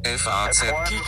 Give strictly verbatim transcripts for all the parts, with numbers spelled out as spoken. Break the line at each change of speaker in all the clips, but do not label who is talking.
F A Z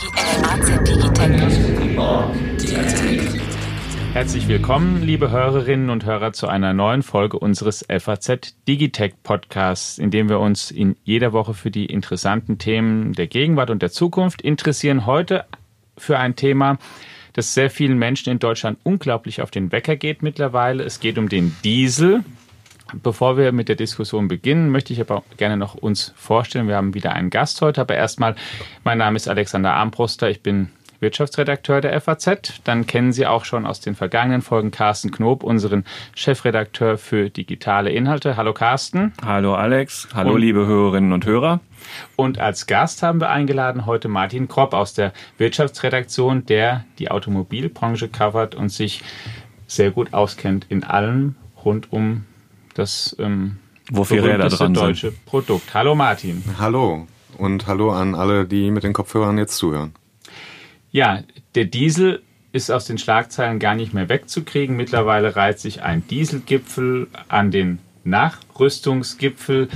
Digitech.
Herzlich willkommen, liebe Hörerinnen und Hörer, zu einer neuen Folge unseres F A Z Digitech Podcasts, in dem wir uns in jeder Woche für die interessanten Themen der Gegenwart und der Zukunft interessieren. Heute für ein Thema, das sehr vielen Menschen in Deutschland unglaublich auf den Wecker geht mittlerweile. Es geht um den Diesel. Bevor wir mit der Diskussion beginnen, möchte ich aber gerne noch uns vorstellen. Wir haben wieder einen Gast heute, aber erstmal, mein Name ist Alexander Armbruster, ich bin Wirtschaftsredakteur der F A Z. Dann kennen Sie auch schon aus den vergangenen Folgen Carsten Knob, unseren Chefredakteur für digitale Inhalte. Hallo Carsten.
Hallo Alex. Hallo
und,
liebe Hörerinnen und Hörer.
Und als Gast haben wir eingeladen heute Martin Kropp aus der Wirtschaftsredaktion, der die Automobilbranche covert und sich sehr gut auskennt in allem rund um das ähm,
Wofür Räder dran
deutsche
sind.
Produkt. Hallo Martin.
Hallo und hallo an alle, die mit den Kopfhörern jetzt zuhören.
Ja, der Diesel ist aus den Schlagzeilen gar nicht mehr wegzukriegen. Mittlerweile reiht sich ein Dieselgipfel an den Nachrüstungsgipfel.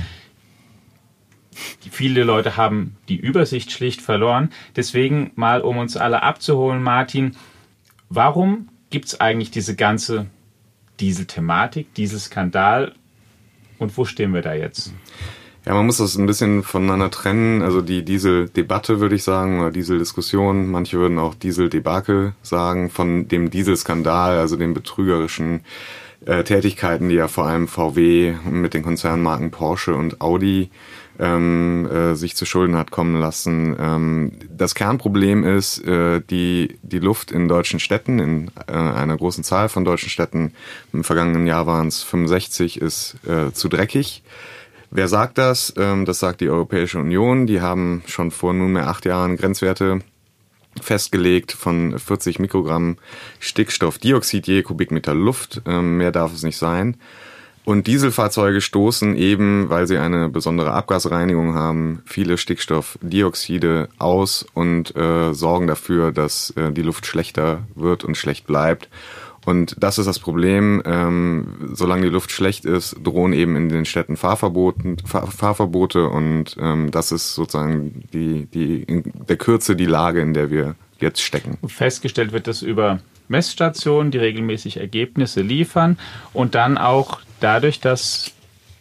Viele Leute haben die Übersicht schlicht verloren. Deswegen mal, um uns alle abzuholen, Martin, warum gibt es eigentlich diese ganze Diesel-Thematik, Dieselskandal und wo stehen wir da jetzt?
Ja, man muss das ein bisschen voneinander trennen. Also die Diesel-Debatte, würde ich sagen, oder Diesel-Diskussion, manche würden auch Diesel-Debakel sagen, von dem Dieselskandal, also den betrügerischen äh, Tätigkeiten, die ja vor allem V W mit den Konzernmarken Porsche und Audi ähm, äh, sich zu Schulden hat kommen lassen. Ähm, das Kernproblem ist, äh, die die Luft in deutschen Städten, in äh, einer großen Zahl von deutschen Städten, im vergangenen Jahr waren es fünfundsechzig, ist äh, zu dreckig. Wer sagt das? Ähm, das sagt die Europäische Union. Die haben schon vor nunmehr acht Jahren Grenzwerte festgelegt von vierzig Mikrogramm Stickstoffdioxid je Kubikmeter Luft. Ähm, mehr darf es nicht sein. Und Dieselfahrzeuge stoßen eben, weil sie eine besondere Abgasreinigung haben, viele Stickstoffdioxide aus und äh, sorgen dafür, dass äh, die Luft schlechter wird und schlecht bleibt. Und das ist das Problem. Ähm, solange die Luft schlecht ist, drohen eben in den Städten Fahrverboten, Fahr- Fahrverbote und ähm, das ist sozusagen die, die in der Kürze die Lage, in der wir jetzt stecken.
Festgestellt wird das über Messstationen, die regelmäßig Ergebnisse liefern und dann auch dadurch, dass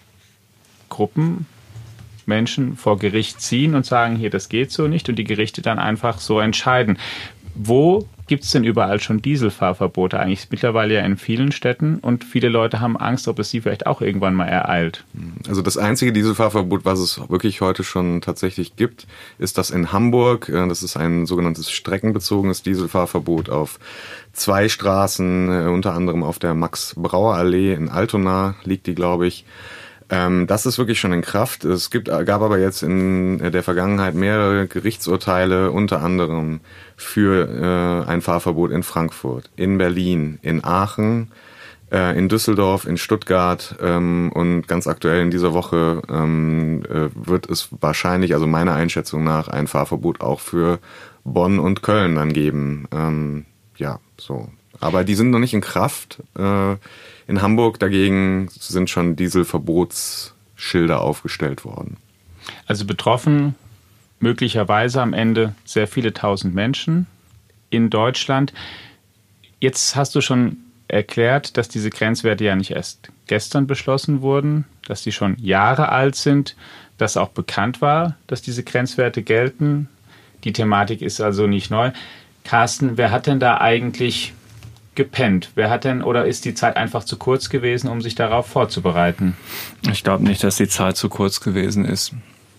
Gruppen Menschen vor Gericht ziehen und sagen, hier, das geht so nicht und die Gerichte dann einfach so entscheiden. Wo gibt es denn überall schon Dieselfahrverbote? Eigentlich mittlerweile ja in vielen Städten und viele Leute haben Angst, ob es sie vielleicht auch irgendwann mal ereilt.
Also das einzige Dieselfahrverbot, was es wirklich heute schon tatsächlich gibt, ist das in Hamburg. Das ist ein sogenanntes streckenbezogenes Dieselfahrverbot auf zwei Straßen, unter anderem auf der Max-Brauer-Allee in Altona liegt die, glaube ich. Das ist wirklich schon in Kraft. Es gibt, gab aber jetzt in der Vergangenheit mehrere Gerichtsurteile, unter anderem für äh, ein Fahrverbot in Frankfurt, in Berlin, in Aachen, äh, in Düsseldorf, in Stuttgart ähm, und ganz aktuell in dieser Woche ähm, äh, wird es wahrscheinlich, also meiner Einschätzung nach, ein Fahrverbot auch für Bonn und Köln dann geben. Ähm, ja, so. Aber die sind noch nicht in Kraft. Äh, In Hamburg dagegen sind schon Dieselverbotsschilder aufgestellt worden.
Also betroffen möglicherweise am Ende sehr viele tausend Menschen in Deutschland. Jetzt hast du schon erklärt, dass diese Grenzwerte ja nicht erst gestern beschlossen wurden, dass die schon Jahre alt sind, dass auch bekannt war, dass diese Grenzwerte gelten. Die Thematik ist also nicht neu. Carsten, wer hat denn da eigentlich gepennt? Wer hat denn, oder ist die Zeit einfach zu kurz gewesen, um sich darauf vorzubereiten?
Ich glaube nicht, dass die Zeit zu kurz gewesen ist.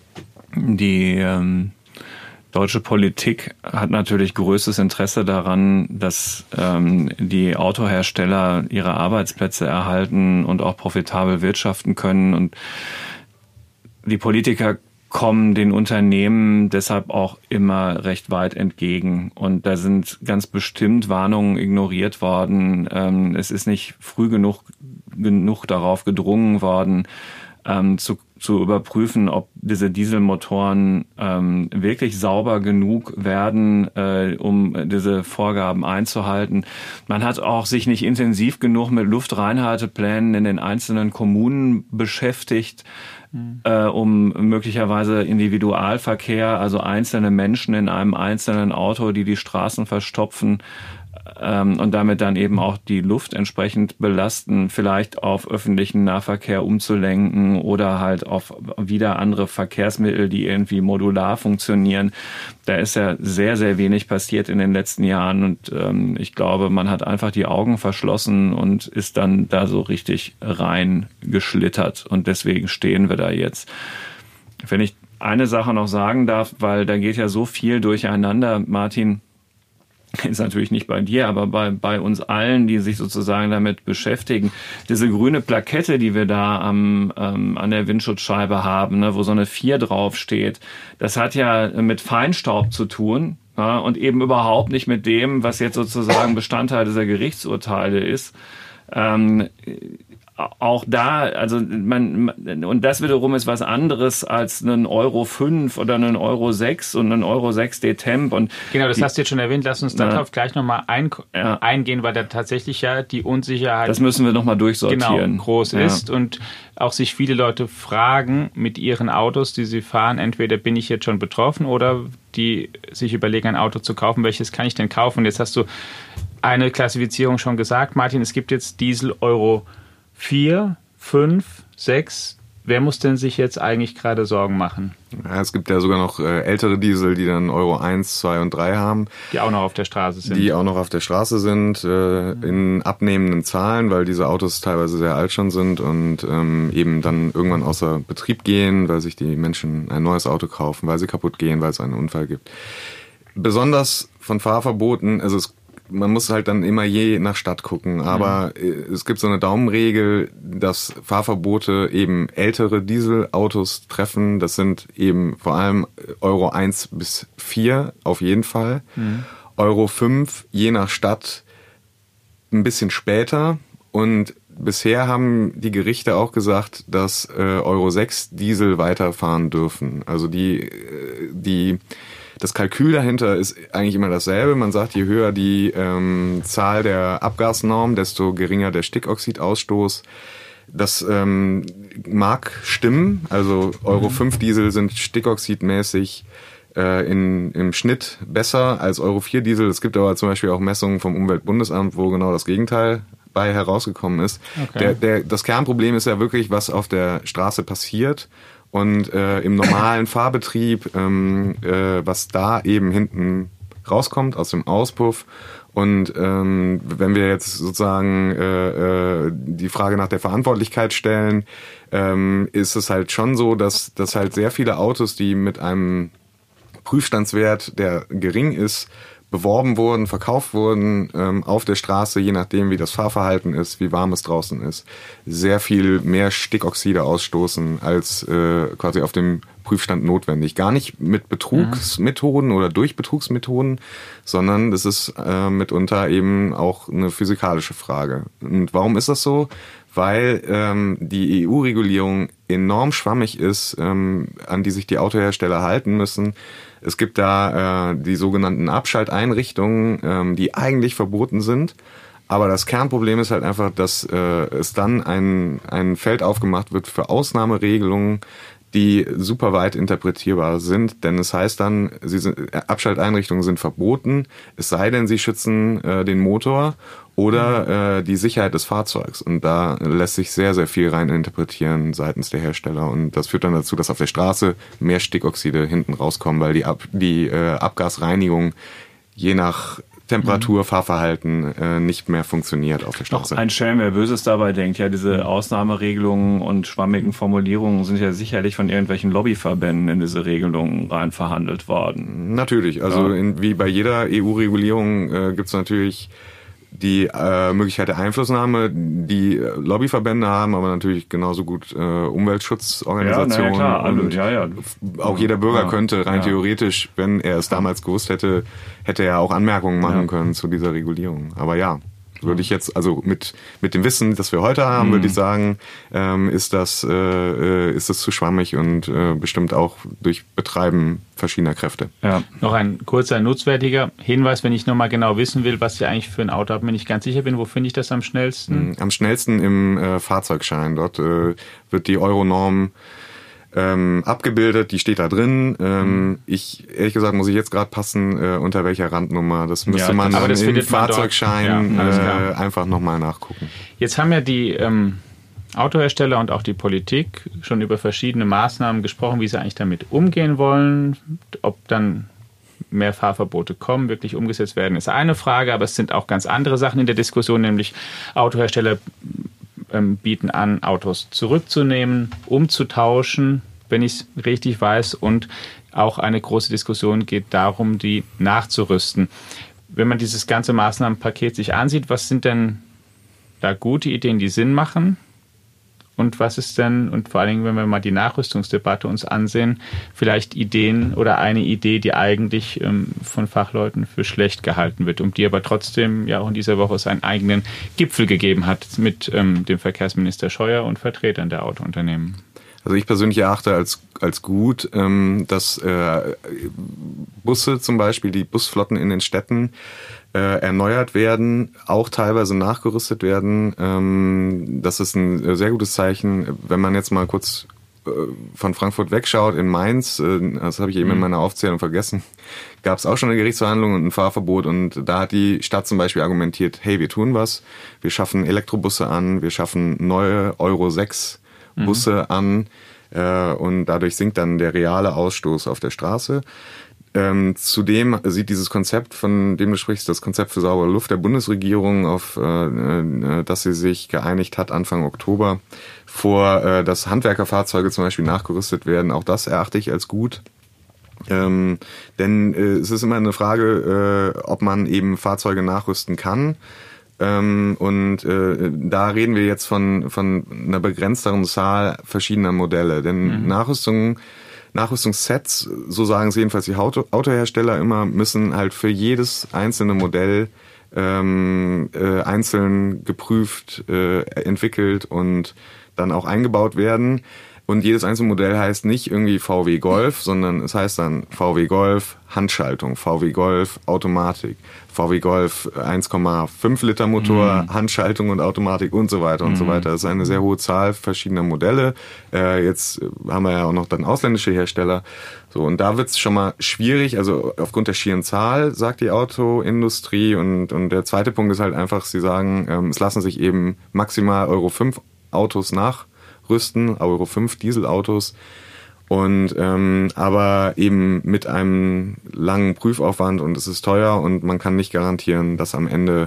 Die ähm, deutsche Politik hat natürlich größtes Interesse daran, dass ähm, die Autohersteller ihre Arbeitsplätze erhalten und auch profitabel wirtschaften können. Und die Politiker kommen den Unternehmen deshalb auch immer recht weit entgegen. Und da sind ganz bestimmt Warnungen ignoriert worden. Ähm, es ist nicht früh genug, genug darauf gedrungen worden, ähm, zu zu überprüfen, ob diese Dieselmotoren ähm, wirklich sauber genug werden, äh, um diese Vorgaben einzuhalten. Man hat auch sich nicht intensiv genug mit Luftreinhalteplänen in den einzelnen Kommunen beschäftigt, mhm. äh, um möglicherweise Individualverkehr, also einzelne Menschen in einem einzelnen Auto, die die Straßen verstopfen, und damit dann eben auch die Luft entsprechend belasten, vielleicht auf öffentlichen Nahverkehr umzulenken oder halt auf wieder andere Verkehrsmittel, die irgendwie modular funktionieren. Da ist ja sehr, sehr wenig passiert in den letzten Jahren und ähm, ich glaube, man hat einfach die Augen verschlossen und ist dann da so richtig reingeschlittert und deswegen stehen wir da jetzt. Wenn ich eine Sache noch sagen darf, weil da geht ja so viel durcheinander, Martin, ist natürlich nicht bei dir, aber bei, bei uns allen, die sich sozusagen damit beschäftigen. Diese grüne Plakette, die wir da am, ähm, an der Windschutzscheibe haben, ne, wo so eine vier draufsteht, das hat ja mit Feinstaub zu tun, ja, und eben überhaupt nicht mit dem, was jetzt sozusagen Bestandteil dieser Gerichtsurteile ist. Ähm, Auch da, also man, und das wiederum ist was anderes als einen Euro fünf oder einen Euro sechs und einen Euro sechs D-Temp. Und
genau, das
die,
hast du jetzt schon erwähnt. Lass uns darauf ja. gleich nochmal ein, ja. eingehen, weil da tatsächlich ja die Unsicherheit,
das müssen wir nochmal durchsortieren,
genau, groß ja. ist und auch sich viele Leute fragen mit ihren Autos, die sie fahren, entweder bin ich jetzt schon betroffen oder die sich überlegen, ein Auto zu kaufen, welches kann ich denn kaufen? Und jetzt hast du eine Klassifizierung schon gesagt, Martin, es gibt jetzt Diesel Euro vier, fünf, sechs. Wer muss denn sich jetzt eigentlich gerade Sorgen machen?
Ja, es gibt ja sogar noch äh, ältere Diesel, die dann Euro eins, zwei und drei haben.
Die auch noch auf der Straße sind.
Die auch noch auf der Straße sind, äh, in abnehmenden Zahlen, weil diese Autos teilweise sehr alt schon sind und ähm, eben dann irgendwann außer Betrieb gehen, weil sich die Menschen ein neues Auto kaufen, weil sie kaputt gehen, weil es einen Unfall gibt. Besonders von Fahrverboten, also es man muss halt dann immer je nach Stadt gucken, aber mhm. es gibt so eine Daumenregel, dass Fahrverbote eben ältere Dieselautos treffen. Das sind eben vor allem Euro eins bis vier auf jeden Fall. Mhm. Euro fünf je nach Stadt ein bisschen später. Und bisher haben die Gerichte auch gesagt, dass äh, Euro sechs Diesel weiterfahren dürfen. Also die, die Das Kalkül dahinter ist eigentlich immer dasselbe. Man sagt, je höher die ähm, Zahl der Abgasnorm, desto geringer der Stickoxidausstoß. Das ähm, mag stimmen. Also Euro fünf Diesel sind stickoxidmäßig äh, in, im Schnitt besser als Euro vier Diesel. Es gibt aber zum Beispiel auch Messungen vom Umweltbundesamt, wo genau das Gegenteil bei herausgekommen ist. Okay. Der, der, das Kernproblem ist ja wirklich, was auf der Straße passiert. Und äh, im normalen Fahrbetrieb, ähm, äh, was da eben hinten rauskommt aus dem Auspuff. Und ähm, wenn wir jetzt sozusagen äh, äh, die Frage nach der Verantwortlichkeit stellen, ähm, ist es halt schon so, dass, dass halt sehr viele Autos, die mit einem Prüfstandswert, der gering ist, beworben wurden, verkauft wurden, ähm, auf der Straße, je nachdem wie das Fahrverhalten ist, wie warm es draußen ist, sehr viel mehr Stickoxide ausstoßen als äh, quasi auf dem Prüfstand notwendig. Gar nicht mit Betrugsmethoden mhm. oder durch Betrugsmethoden, sondern das ist äh, mitunter eben auch eine physikalische Frage. Und warum ist das so? Weil ähm, die E U-Regulierung enorm schwammig ist, ähm, an die sich die Autohersteller halten müssen. Es gibt da äh, die sogenannten Abschalteinrichtungen, ähm, die eigentlich verboten sind. Aber das Kernproblem ist halt einfach, dass äh, es dann ein, ein Feld aufgemacht wird für Ausnahmeregelungen, die super weit interpretierbar sind. Denn es heißt dann, sie sind, Abschalteinrichtungen sind verboten, es sei denn, sie schützen äh, den Motor oder äh, die Sicherheit des Fahrzeugs. Und da lässt sich sehr, sehr viel rein interpretieren seitens der Hersteller. Und das führt dann dazu, dass auf der Straße mehr Stickoxide hinten rauskommen, weil die, Ab- die äh, Abgasreinigung je nach Temperatur, Fahrverhalten äh, nicht mehr funktioniert auf der Straße.
Ein Schelm, wer Böses dabei denkt. Ja, diese Ausnahmeregelungen und schwammigen Formulierungen sind ja sicherlich von irgendwelchen Lobbyverbänden in diese Regelungen rein verhandelt worden.
Natürlich. Also
ja.
in, wie bei jeder E U-Regulierung äh, gibt es natürlich die äh, Möglichkeit der Einflussnahme, die Lobbyverbände haben, aber natürlich genauso gut äh, Umweltschutzorganisationen.
Ja, na ja, klar.
Und
ja, ja.
auch jeder Bürger
ja,
könnte rein
ja.
theoretisch, wenn er es damals gewusst hätte, hätte er auch Anmerkungen machen
ja.
können zu dieser Regulierung. Aber ja. Würde ich jetzt, also mit mit dem Wissen, das wir heute haben, mhm. würde ich sagen, ähm, ist das äh, ist das zu schwammig und äh, bestimmt auch durch Betreiben verschiedener Kräfte.
Ja. Noch ein kurzer, nutzwertiger Hinweis, wenn ich nochmal genau wissen will, was ich eigentlich für ein Auto habe, wenn ich ganz sicher bin, wo finde ich das am schnellsten?
Am schnellsten im äh, Fahrzeugschein. Dort äh, wird die Euronorm ähm, abgebildet, die steht da drin. Ähm, ich, ehrlich gesagt, muss ich jetzt gerade passen, äh, unter welcher Randnummer. Das müsste
ja,
man
das,
dann im
Ja,
Fahrzeugschein äh, einfach nochmal nachgucken.
Jetzt haben ja die ähm, Autohersteller und auch die Politik schon über verschiedene Maßnahmen gesprochen, wie sie eigentlich damit umgehen wollen. Ob dann mehr Fahrverbote kommen, wirklich umgesetzt werden, ist eine Frage, aber es sind auch ganz andere Sachen in der Diskussion, nämlich Autohersteller ähm, bieten an, Autos zurückzunehmen, umzutauschen, wenn ich es richtig weiß, und auch eine große Diskussion geht darum, die nachzurüsten. Wenn man dieses ganze Maßnahmenpaket sich ansieht, was sind denn da gute Ideen, die Sinn machen? Und was ist denn, und vor allen Dingen, wenn wir mal die Nachrüstungsdebatte uns ansehen, vielleicht Ideen oder eine Idee, die eigentlich ähm, von Fachleuten für schlecht gehalten wird, um die aber trotzdem ja auch in dieser Woche es einen eigenen Gipfel gegeben hat mit ähm, dem Verkehrsminister Scheuer und Vertretern der Autounternehmen.
Also ich persönlich erachte als als gut, ähm, dass äh, Busse zum Beispiel, die Busflotten in den Städten äh, erneuert werden, auch teilweise nachgerüstet werden. Ähm, das ist ein sehr gutes Zeichen. Wenn man jetzt mal kurz äh, von Frankfurt wegschaut, in Mainz, äh, das habe ich eben mhm. in meiner Aufzählung vergessen, gab es auch schon eine Gerichtsverhandlung und ein Fahrverbot, und da hat die Stadt zum Beispiel argumentiert, hey, wir tun was, wir schaffen Elektrobusse an, wir schaffen neue Euro sechs Busse mhm. an äh, und dadurch sinkt dann der reale Ausstoß auf der Straße. Ähm, zudem sieht dieses Konzept, von dem du sprichst, das Konzept für saubere Luft der Bundesregierung, auf äh, äh, das sie sich geeinigt hat Anfang Oktober, vor, äh, dass Handwerkerfahrzeuge zum Beispiel nachgerüstet werden. Auch das erachte ich als gut. Ähm, denn äh, es ist immer eine Frage, äh, ob man eben Fahrzeuge nachrüsten kann. Ähm, und äh, da reden wir jetzt von von einer begrenzteren Zahl verschiedener Modelle. Denn mhm. Nachrüstung, Nachrüstungssets, so sagen es jedenfalls die Auto, Autohersteller immer, müssen halt für jedes einzelne Modell ähm, äh, einzeln geprüft, äh, entwickelt und dann auch eingebaut werden. Und jedes einzelne Modell heißt nicht irgendwie V W Golf, sondern es heißt dann V W Golf Handschaltung, V W Golf Automatik, V W Golf eins Komma fünf Liter Motor, mhm. Handschaltung und Automatik und so weiter und mhm. so weiter. Das ist eine sehr hohe Zahl verschiedener Modelle. Äh, jetzt haben wir ja auch noch dann ausländische Hersteller. So, und da wird es schon mal schwierig, also aufgrund der schieren Zahl, sagt die Autoindustrie. Und, und der zweite Punkt ist halt einfach, sie sagen, ähm, es lassen sich eben maximal Euro fünf Autos nach rüsten, Euro fünf Dieselautos, und ähm, aber eben mit einem langen Prüfaufwand, und es ist teuer und man kann nicht garantieren, dass am Ende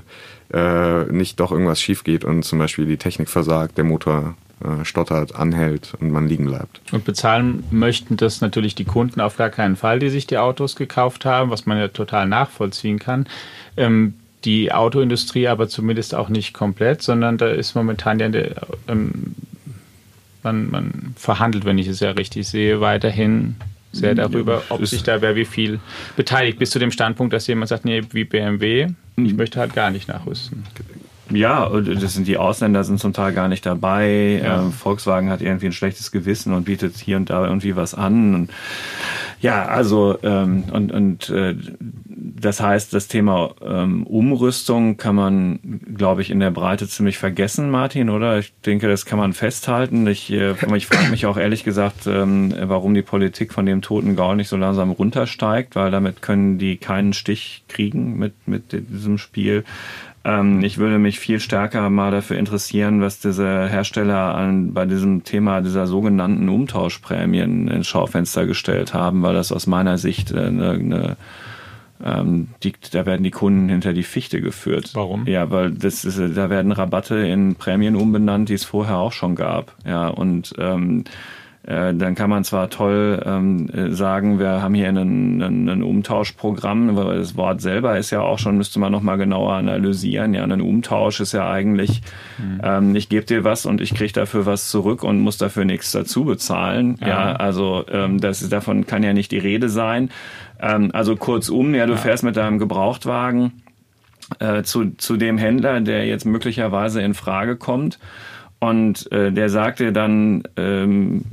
äh, nicht doch irgendwas schief geht und zum Beispiel die Technik versagt, der Motor äh, stottert, anhält und man liegen bleibt.
Und bezahlen möchten das natürlich die Kunden auf gar keinen Fall, die sich die Autos gekauft haben, was man ja total nachvollziehen kann. Ähm, die Autoindustrie aber zumindest auch nicht komplett, sondern da ist momentan ja der ähm, Man, man verhandelt, wenn ich es ja richtig sehe, weiterhin sehr darüber, ob sich da wer wie viel beteiligt. Bis zu dem Standpunkt, dass jemand sagt, nee, wie B M W, ich möchte halt gar nicht nachrüsten.
Ja, das sind die Ausländer sind zum Teil gar nicht dabei.
Ja.
Ähm, Volkswagen hat irgendwie ein schlechtes Gewissen und bietet hier und da irgendwie was an. Und ja, also ähm, und und äh, das heißt, das Thema ähm, Umrüstung kann man, glaube ich, in der Breite ziemlich vergessen, Martin, oder? Ich denke, das kann man festhalten. Ich, äh, ich frage mich auch ehrlich gesagt, ähm, warum die Politik von dem toten Gaul nicht so langsam runtersteigt, weil damit können die keinen Stich kriegen mit mit diesem Spiel. Ich würde mich viel stärker mal dafür interessieren, was diese Hersteller an, bei diesem Thema dieser sogenannten Umtauschprämien ins Schaufenster gestellt haben, weil das aus meiner Sicht eine, eine ähm, die, da werden die Kunden hinter die Fichte geführt.
Warum?
Ja, weil das ist, da werden Rabatte in Prämien umbenannt, die es vorher auch schon gab. Ja, und ähm, dann kann man zwar toll ähm, sagen, wir haben hier ein, ein, ein Umtauschprogramm, weil das Wort selber ist ja auch schon, müsste man nochmal genauer analysieren. Ja, ein Umtausch ist ja eigentlich, mhm. ähm, ich gebe dir was und ich kriege dafür was zurück und muss dafür nichts dazu bezahlen. Ja, ja also ähm, das, davon kann ja nicht die Rede sein. Ähm, also kurzum, ja, du ja. fährst mit deinem Gebrauchtwagen äh, zu, zu dem Händler, der jetzt möglicherweise in Frage kommt. Und äh, der sagte dann, ähm,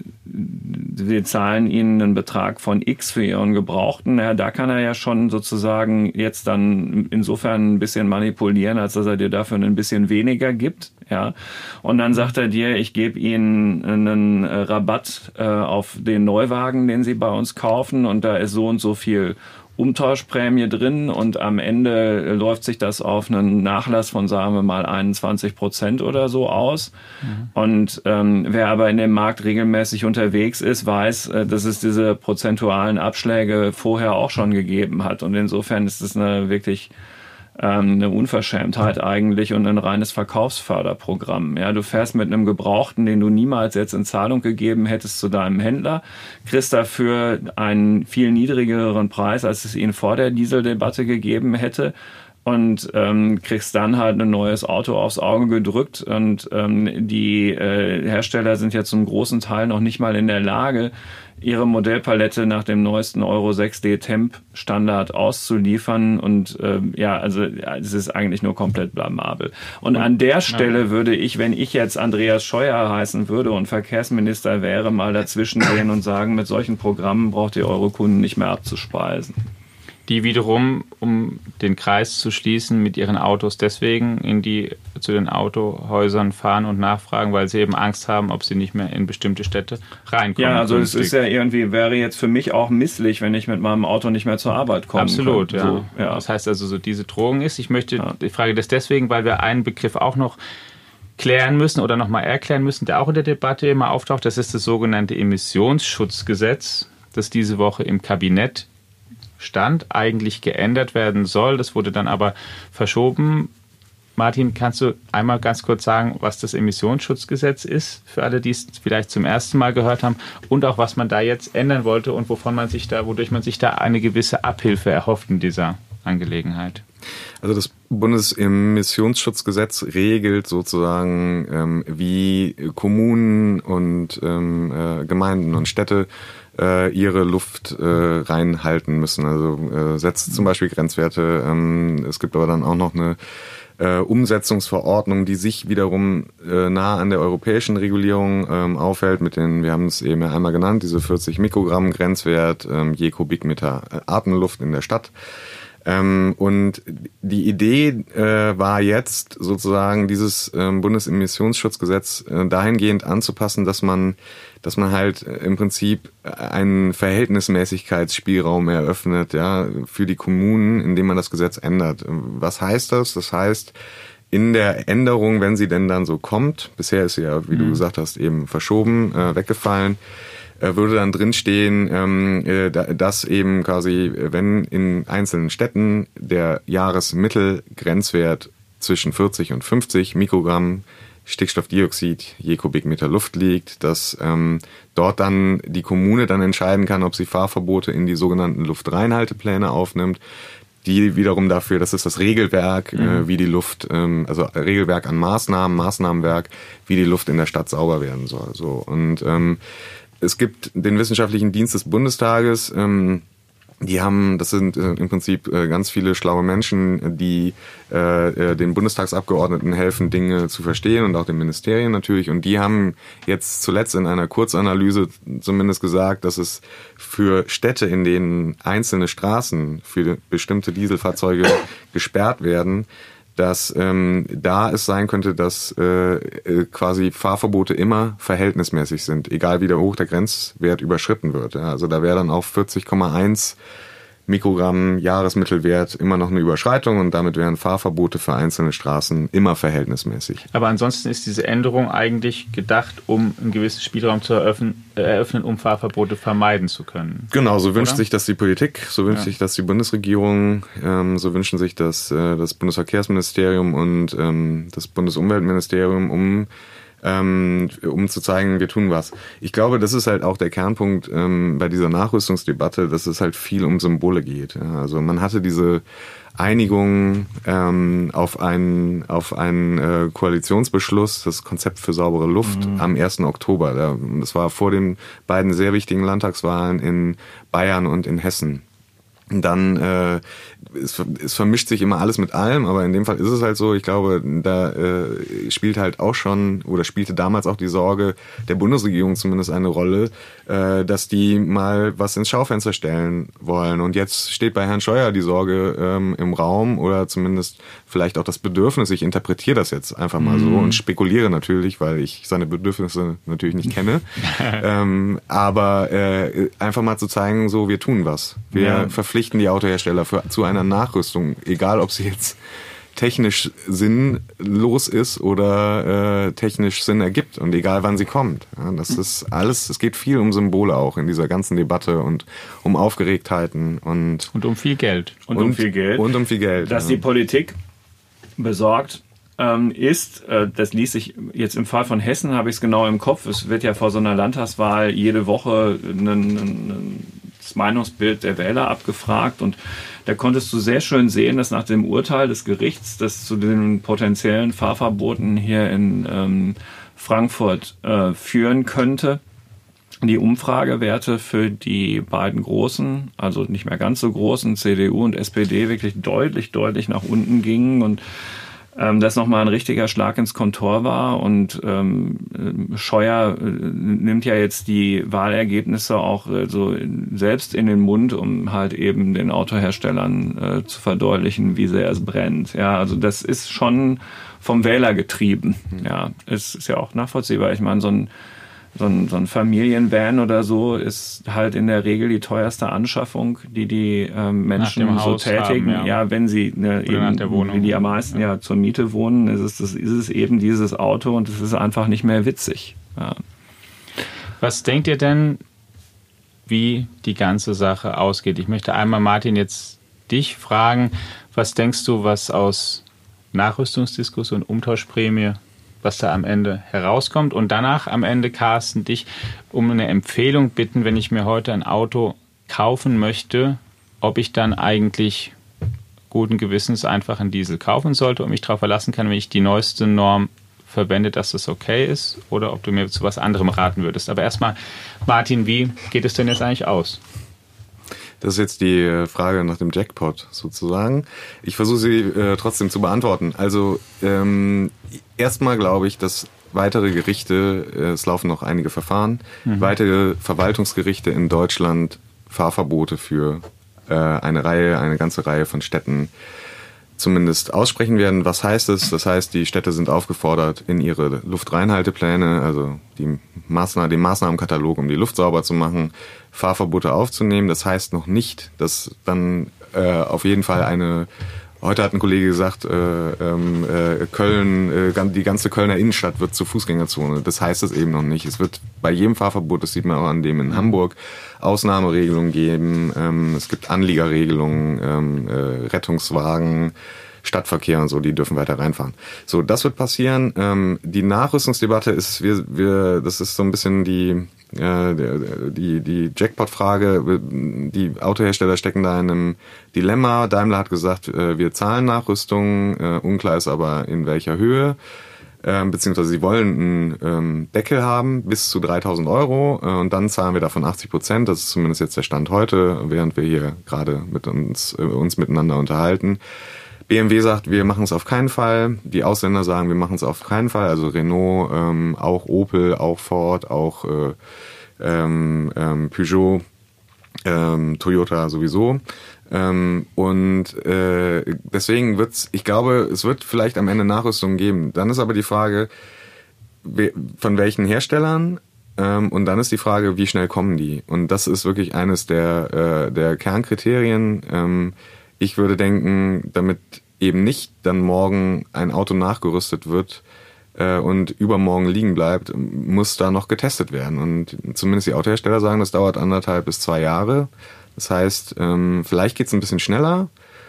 wir zahlen Ihnen einen Betrag von X für Ihren Gebrauchten. Ja, da kann er ja schon sozusagen jetzt dann insofern ein bisschen manipulieren, als dass er dir dafür ein bisschen weniger gibt. Ja, und dann sagt er dir, ich gebe Ihnen einen Rabatt äh, auf den Neuwagen, den Sie bei uns kaufen, und da ist so und so viel Umtauschprämie drin, und am Ende läuft sich das auf einen Nachlass von, sagen wir mal, einundzwanzig Prozent oder so aus. Mhm. Und ähm, wer aber in dem Markt regelmäßig unterwegs ist, weiß, äh, dass es diese prozentualen Abschläge vorher auch schon gegeben hat. Und insofern ist es eine wirklich ähm, eine Unverschämtheit eigentlich und ein reines Verkaufsförderprogramm. Ja, du fährst mit einem Gebrauchten, den du niemals jetzt in Zahlung gegeben hättest, zu deinem Händler, kriegst dafür einen viel niedrigeren Preis, als es ihn vor der Dieseldebatte gegeben hätte, und ähm, kriegst dann halt ein neues Auto aufs Auge gedrückt. Und ähm, die äh, Hersteller sind ja zum großen Teil noch nicht mal in der Lage, ihre Modellpalette nach dem neuesten Euro sechs D Temp Standard auszuliefern. Und ähm, ja, also es ist eigentlich nur komplett blamabel. Und an der Stelle würde ich, wenn ich jetzt Andreas Scheuer heißen würde und Verkehrsminister wäre, mal dazwischen gehen und sagen, mit solchen Programmen braucht ihr eure Kunden nicht mehr abzuspeisen.
Die wiederum, um den Kreis zu schließen, mit ihren Autos deswegen in die, zu den Autohäusern fahren und nachfragen, weil sie eben Angst haben, ob sie nicht mehr in bestimmte Städte reinkommen.
Ja, also es ist ja irgendwie, wäre jetzt für mich auch misslich, wenn ich mit meinem Auto nicht mehr zur Arbeit komme.
Absolut, ja.
So, ja.
Das heißt also, so diese Drohung ist, ich möchte, ja. ich frage das deswegen, weil wir einen Begriff auch noch klären müssen oder nochmal erklären müssen, der auch in der Debatte immer auftaucht. Das ist das sogenannte Emissionsschutzgesetz, das diese Woche im Kabinett stand, eigentlich geändert werden soll. Das wurde dann aber verschoben. Martin, kannst du einmal ganz kurz sagen, was das Emissionsschutzgesetz ist, für alle, die es vielleicht zum ersten Mal gehört haben, und auch was man da jetzt ändern wollte und wovon man sich da, wodurch man sich da eine gewisse Abhilfe erhofft in dieser Angelegenheit?
Also das Bundesemissionsschutzgesetz regelt sozusagen, ähm, wie Kommunen und ähm, äh, Gemeinden und Städte äh, ihre Luft äh, reinhalten müssen. Also äh, setzt zum Beispiel Grenzwerte. Ähm, es gibt aber dann auch noch eine äh, Umsetzungsverordnung, die sich wiederum äh, nah an der europäischen Regulierung ähm, aufhält. Mit den, wir haben es eben ja einmal genannt, diese vierzig Mikrogramm Grenzwert ähm, je Kubikmeter Atemluft in der Stadt. Ähm, und die Idee äh, war jetzt sozusagen dieses ähm, Bundesemissionsschutzgesetz äh, dahingehend anzupassen, dass man, dass man halt äh, im Prinzip einen Verhältnismäßigkeitsspielraum eröffnet, ja, für die Kommunen, indem man das Gesetz ändert. Was heißt das? Das heißt, in der Änderung, wenn sie denn dann so kommt, bisher ist sie ja, wie mhm. du gesagt hast, eben verschoben, äh, weggefallen, würde dann drinstehen, ähm, dass eben quasi, wenn in einzelnen Städten der Jahresmittelgrenzwert zwischen vierzig und fünfzig Mikrogramm Stickstoffdioxid je Kubikmeter Luft liegt, dass ähm, dort dann die Kommune dann entscheiden kann, ob sie Fahrverbote in die sogenannten Luftreinhaltepläne aufnimmt, die wiederum dafür, das ist das Regelwerk, mhm. äh, wie die Luft, ähm, also Regelwerk an Maßnahmen, Maßnahmenwerk, wie die Luft in der Stadt sauber werden soll. So. Und ähm, es gibt den Wissenschaftlichen Dienst des Bundestages, ähm, die haben, das sind äh, im Prinzip äh, ganz viele schlaue Menschen, die äh, den Bundestagsabgeordneten helfen, Dinge zu verstehen, und auch den Ministerien natürlich. Und die haben jetzt zuletzt in einer Kurzanalyse zumindest gesagt, dass es für Städte, in denen einzelne Straßen für bestimmte Dieselfahrzeuge gesperrt werden, dass ähm, da es sein könnte, dass äh, quasi Fahrverbote immer verhältnismäßig sind, egal wie hoch der Grenzwert überschritten wird. Ja, also da wäre dann auf vierzig Komma eins Mikrogramm Jahresmittelwert immer noch eine Überschreitung, und damit wären Fahrverbote für einzelne Straßen immer verhältnismäßig.
Aber ansonsten ist diese Änderung eigentlich gedacht, um einen gewissen Spielraum zu eröffnen, eröffnen, um Fahrverbote vermeiden zu können.
Genau, so wünscht Oder? sich das die Politik, so wünscht
ja.
sich das die Bundesregierung, ähm, so wünschen sich das, äh, das Bundesverkehrsministerium und ähm, das Bundesumweltministerium, um Ähm, um zu zeigen, wir tun was. Ich glaube, das ist halt auch der Kernpunkt ähm, bei dieser Nachrüstungsdebatte, dass es halt viel um Symbole geht. Ja. Also man hatte diese Einigung ähm, auf einen, auf einen äh, Koalitionsbeschluss, das Konzept für saubere Luft, mhm. am ersten Oktober. Das war vor den beiden sehr wichtigen Landtagswahlen in Bayern und in Hessen. dann äh, es, es vermischt sich immer alles mit allem, aber in dem Fall ist es halt so, ich glaube, da äh, spielt halt auch schon oder spielte damals auch die Sorge der Bundesregierung zumindest eine Rolle, äh, dass die mal was ins Schaufenster stellen wollen. Und jetzt steht bei Herrn Scheuer die Sorge ähm, im Raum oder zumindest vielleicht auch das Bedürfnis, ich interpretiere das jetzt einfach mal so und spekuliere natürlich, weil ich seine Bedürfnisse natürlich nicht kenne, ähm, aber äh, einfach mal zu zeigen, so wir tun was. Wir ja. verpflichten die Autohersteller für, zu einer Nachrüstung, egal ob sie jetzt technisch sinnlos ist oder äh, technisch Sinn ergibt und egal wann sie kommt. Ja, das ist alles, es geht viel um Symbole auch in dieser ganzen Debatte und um Aufgeregtheiten und
und um viel Geld.
Und, und um viel Geld.
Und um viel Geld.
Dass ja. die Politik besorgt ähm, ist, äh, das ließ sich jetzt im Fall von Hessen, habe ich es genau im Kopf, es wird ja vor so einer Landtagswahl jede Woche ein, ein, das Meinungsbild der Wähler abgefragt und da konntest du sehr schön sehen, dass nach dem Urteil des Gerichts, das zu den potenziellen Fahrverboten hier in ähm, Frankfurt äh, führen könnte, die Umfragewerte für die beiden großen, also nicht mehr ganz so großen, C D U und S P D, wirklich deutlich, deutlich nach unten gingen und ähm, das nochmal ein richtiger Schlag ins Kontor war. Und ähm, Scheuer äh, nimmt ja jetzt die Wahlergebnisse auch äh, so selbst in den Mund, um halt eben den Autoherstellern äh, zu verdeutlichen, wie sehr es brennt. Ja, also das ist schon vom Wähler getrieben. Ja, es ist ja auch nachvollziehbar. Ich meine, so ein So ein, so ein Familienvan oder so ist halt in der Regel die teuerste Anschaffung, die die ähm, Menschen so tätigen. Haben, ja. ja, wenn sie ne, eben, wie die am meisten ja. ja zur Miete wohnen, ist es, das, ist es eben dieses Auto und es ist einfach nicht mehr witzig. Ja.
Was denkt ihr denn, wie die ganze Sache ausgeht? Ich möchte einmal, Martin, jetzt dich fragen, was denkst du, was aus Nachrüstungsdiskussion, Umtauschprämie, was da am Ende herauskommt und danach am Ende, Carsten, dich um eine Empfehlung bitten, wenn ich mir heute ein Auto kaufen möchte, ob ich dann eigentlich guten Gewissens einfach einen Diesel kaufen sollte und mich darauf verlassen kann, wenn ich die neueste Norm verwende, dass das okay ist oder ob du mir zu was anderem raten würdest. Aber erstmal, Martin, wie geht es denn jetzt eigentlich aus?
Das ist jetzt die Frage nach dem Jackpot sozusagen. Ich versuche sie äh, trotzdem zu beantworten. Also ähm, erstmal glaube ich, dass weitere Gerichte, äh, es laufen noch einige Verfahren, mhm. weitere Verwaltungsgerichte in Deutschland Fahrverbote für äh, eine Reihe, eine ganze Reihe von Städten zumindest aussprechen werden. Was heißt es? Das heißt, die Städte sind aufgefordert, in ihre Luftreinhaltepläne, also die Maßnahmen, den Maßnahmenkatalog, um die Luft sauber zu machen, Fahrverbote aufzunehmen. Das heißt noch nicht, dass dann äh, auf jeden Fall eine, heute hat ein Kollege gesagt, äh, äh, Köln, äh, die ganze Kölner Innenstadt wird zur Fußgängerzone. Das heißt es eben noch nicht. Es wird bei jedem Fahrverbot, das sieht man auch an dem in Hamburg, Ausnahmeregelungen geben. Ähm, es gibt Anliegerregelungen, ähm, äh, Rettungswagen, Stadtverkehr und so, die dürfen weiter reinfahren. So, das wird passieren. Ähm, die Nachrüstungsdebatte ist, wir, wir, das ist so ein bisschen die, äh, die, die Jackpot-Frage. Die Autohersteller stecken da in einem Dilemma. Daimler hat gesagt, äh, wir zahlen Nachrüstung, äh, unklar ist aber in welcher Höhe. Ähm, beziehungsweise sie wollen einen ähm, Deckel haben bis zu dreitausend Euro äh, und dann zahlen wir davon achtzig Prozent. Das ist zumindest jetzt der Stand heute, während wir hier gerade mit uns, äh, uns miteinander unterhalten. B M W sagt, wir machen es auf keinen Fall. Die Ausländer sagen, wir machen es auf keinen Fall. Also Renault, ähm, auch Opel, auch Ford, auch äh, ähm, ähm, Peugeot, ähm, Toyota sowieso. Ähm, und äh, deswegen wird's, ich glaube, es wird vielleicht am Ende Nachrüstungen geben. Dann ist aber die Frage, von welchen Herstellern? Ähm, und dann ist die Frage, wie schnell kommen die? Und das ist wirklich eines der, äh, der Kernkriterien. Ähm, Ich würde denken, damit eben nicht dann morgen ein Auto nachgerüstet wird äh, und übermorgen liegen bleibt, muss da noch getestet werden. Und zumindest die Autohersteller sagen, das dauert anderthalb bis zwei Jahre. Das heißt, ähm, vielleicht geht's ein bisschen schneller.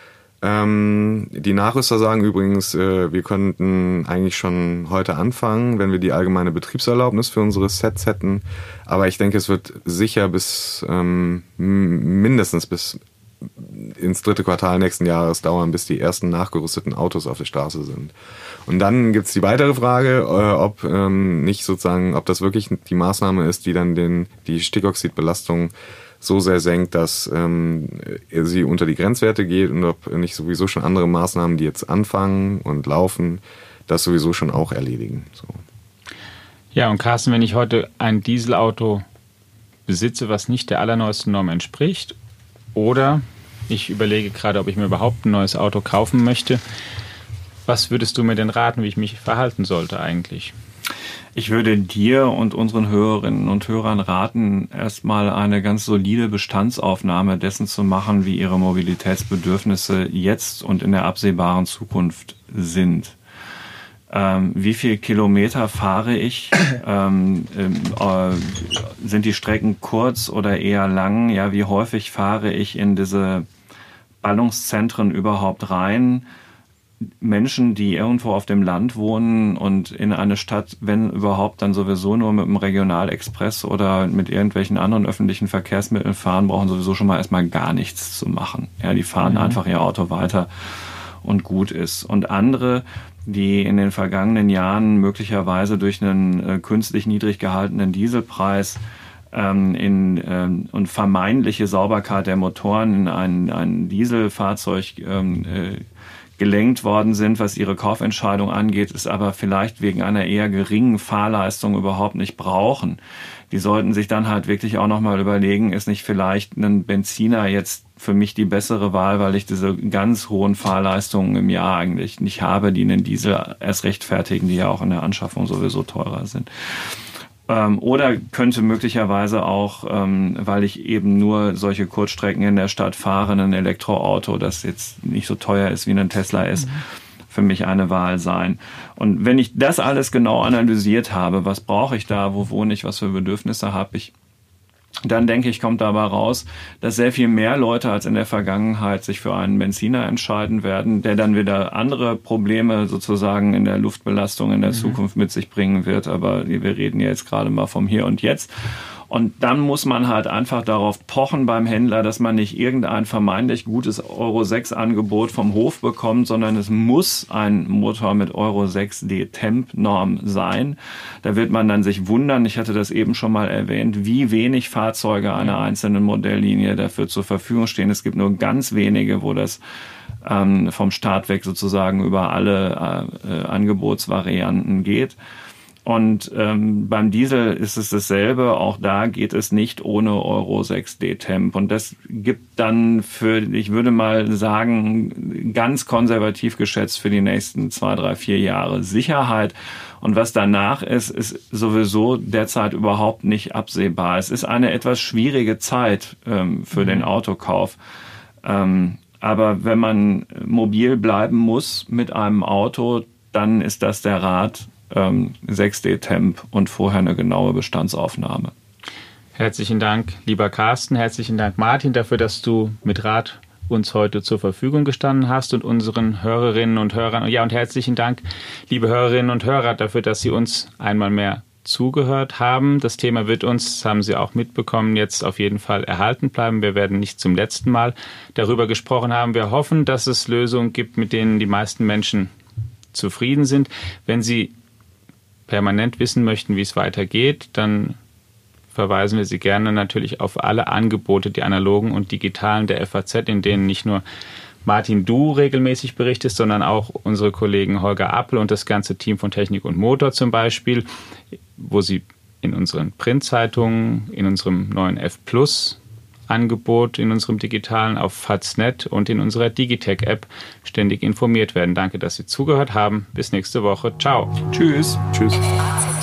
Ähm, die Nachrüster sagen übrigens, äh, wir könnten eigentlich schon heute anfangen, wenn wir die allgemeine Betriebserlaubnis für unsere Sets hätten. Aber ich denke, es wird sicher bis ähm, mindestens bis ins dritte Quartal nächsten Jahres dauern, bis die ersten nachgerüsteten Autos auf der Straße sind. Und dann gibt's die weitere Frage, äh, ob ähm, nicht sozusagen, ob das wirklich die Maßnahme ist, die dann den die Stickoxidbelastung so sehr senkt, dass ähm, sie unter die Grenzwerte geht und ob nicht sowieso schon andere Maßnahmen, die jetzt anfangen und laufen, das sowieso schon auch erledigen. So.
Ja, und Carsten, wenn ich heute ein Dieselauto besitze, was nicht der allerneuesten Norm entspricht, oder ich überlege gerade, ob ich mir überhaupt ein neues Auto kaufen möchte, was würdest du mir denn raten, wie ich mich verhalten sollte eigentlich?
Ich würde dir und unseren Hörerinnen und Hörern raten, erstmal eine ganz solide Bestandsaufnahme dessen zu machen, wie ihre Mobilitätsbedürfnisse jetzt und in der absehbaren Zukunft sind. Ähm, wie viel Kilometer fahre ich? Ähm, äh, sind die Strecken kurz oder eher lang? Ja, wie häufig fahre ich in diese Ballungszentren überhaupt rein? Menschen, die irgendwo auf dem Land wohnen und in eine Stadt, wenn überhaupt, dann sowieso nur mit dem Regionalexpress oder mit irgendwelchen anderen öffentlichen Verkehrsmitteln fahren, brauchen sowieso schon mal erstmal gar nichts zu machen. Ja, die fahren mhm. einfach ihr Auto weiter und gut ist. Und andere, die in den vergangenen Jahren möglicherweise durch einen äh, künstlich niedrig gehaltenen Dieselpreis ähm, in, ähm, und vermeintliche Sauberkeit der Motoren in ein, ein Dieselfahrzeug ähm, äh, gelenkt worden sind, was ihre Kaufentscheidung angeht, ist aber vielleicht wegen einer eher geringen Fahrleistung überhaupt nicht brauchen. Die sollten sich dann halt wirklich auch nochmal überlegen, ist nicht vielleicht ein Benziner jetzt für mich die bessere Wahl, weil ich diese ganz hohen Fahrleistungen im Jahr eigentlich nicht habe, die einen Diesel erst rechtfertigen, die ja auch in der Anschaffung sowieso teurer sind. Oder könnte möglicherweise auch, weil ich eben nur solche Kurzstrecken in der Stadt fahre, ein Elektroauto, das jetzt nicht so teuer ist wie ein Tesla ist, mhm. für mich eine Wahl sein. Und wenn ich das alles genau analysiert habe, was brauche ich da, wo wohne ich, was für Bedürfnisse habe ich, dann denke ich, kommt dabei raus, dass sehr viel mehr Leute als in der Vergangenheit sich für einen Benziner entscheiden werden, der dann wieder andere Probleme sozusagen in der Luftbelastung in der mhm. Zukunft mit sich bringen wird. Aber wir reden ja jetzt gerade mal vom Hier und Jetzt. Und dann muss man halt einfach darauf pochen beim Händler, dass man nicht irgendein vermeintlich gutes Euro sechs Angebot vom Hof bekommt, sondern es muss ein Motor mit Euro sechs D-Temp-Norm sein. Da wird man dann sich wundern, ich hatte das eben schon mal erwähnt, wie wenig Fahrzeuge einer einzelnen Modelllinie dafür zur Verfügung stehen. Es gibt nur ganz wenige, wo das ähm, vom Start weg sozusagen über alle äh, Angebotsvarianten geht. Und ähm, beim Diesel ist es dasselbe. Auch da geht es nicht ohne Euro sechs D-Temp. Und das gibt dann für, ich würde mal sagen, ganz konservativ geschätzt für die nächsten zwei, drei, vier Jahre Sicherheit. Und was danach ist, ist sowieso derzeit überhaupt nicht absehbar. Es ist eine etwas schwierige Zeit ähm, für mhm. den Autokauf. Ähm, aber wenn man mobil bleiben muss mit einem Auto, dann ist das der Rat, sechs D-Temp und vorher eine genaue Bestandsaufnahme.
Herzlichen Dank, lieber Carsten. Herzlichen Dank, Martin, dafür, dass du mit Rat uns heute zur Verfügung gestanden hast und unseren Hörerinnen und Hörern. Ja, und herzlichen Dank, liebe Hörerinnen und Hörer, dafür, dass Sie uns einmal mehr zugehört haben. Das Thema wird uns, das haben Sie auch mitbekommen, jetzt auf jeden Fall erhalten bleiben. Wir werden nicht zum letzten Mal darüber gesprochen haben. Wir hoffen, dass es Lösungen gibt, mit denen die meisten Menschen zufrieden sind. Wenn Sie permanent wissen möchten, wie es weitergeht, dann verweisen wir Sie gerne natürlich auf alle Angebote, die analogen und digitalen der F A Z, in denen nicht nur Martin, du regelmäßig berichtest, sondern auch unsere Kollegen Holger Appel und das ganze Team von Technik und Motor zum Beispiel, wo Sie in unseren Printzeitungen, in unserem neuen F Plus Angebot, in unserem digitalen auf Faznet und in unserer Digitech-App ständig informiert werden. Danke, dass Sie zugehört haben. Bis nächste Woche. Ciao.
Tschüss.
Tschüss.